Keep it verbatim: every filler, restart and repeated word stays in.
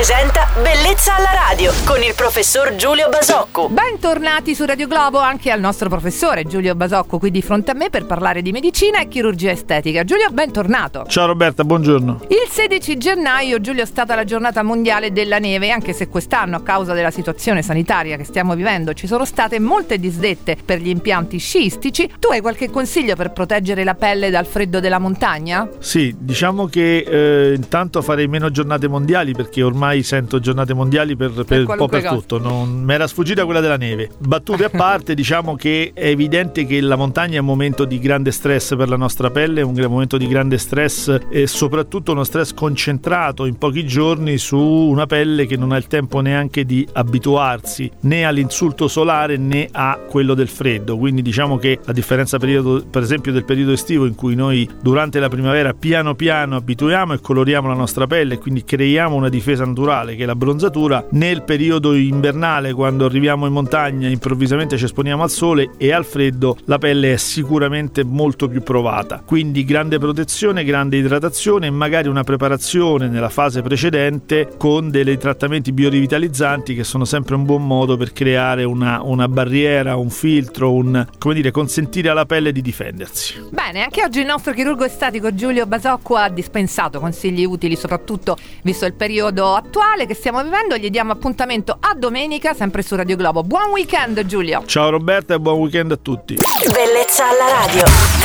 presenta Bellezza alla radio con il professor Giulio Basocco. Bentornati su Radio Globo anche al nostro professore Giulio Basocco qui di fronte a me per parlare di medicina e chirurgia estetica. Giulio, bentornato. Ciao Roberta, buongiorno. Il sedici gennaio, Giulio, è stata la giornata mondiale della neve, anche se quest'anno, a causa della situazione sanitaria che stiamo vivendo, ci sono state molte disdette per gli impianti sciistici. Tu hai qualche consiglio per proteggere la pelle dal freddo della montagna? Sì, diciamo che eh, intanto farei meno giornate mondiali, perché ormai sento giornate mondiali per, per, per un po' per cosa. Tutto. Non mi era sfuggita quella della neve. Battute a parte, diciamo che è evidente che la montagna è un momento di grande stress per la nostra pelle, è un momento di grande stress e soprattutto uno stress concentrato in pochi giorni su una pelle che non ha il tempo neanche di abituarsi né all'insulto solare né a quello del freddo. Quindi diciamo che a differenza periodo, per esempio del periodo estivo, in cui noi durante la primavera piano piano abituiamo e coloriamo la nostra pelle e quindi creiamo una difesa naturale che è la bronzatura, nel periodo invernale, quando arriviamo in montagna improvvisamente ci esponiamo al sole e al freddo, la pelle è sicuramente molto più provata. Quindi grande protezione, grande idratazione e magari una preparazione nella fase precedente con dei trattamenti biorivitalizzanti, che sono sempre un buon modo per creare una, una barriera, un filtro, un, come dire, consentire alla pelle di difendersi. Bene, anche oggi il nostro chirurgo estetico Giulio Basocco ha dispensato consigli utili, soprattutto visto il periodo attuale che stiamo vivendo. Gli diamo appuntamento a domenica sempre su Radio Globo. Buon weekend Giulio. Ciao Roberta e buon weekend a tutti. Bellezza alla radio.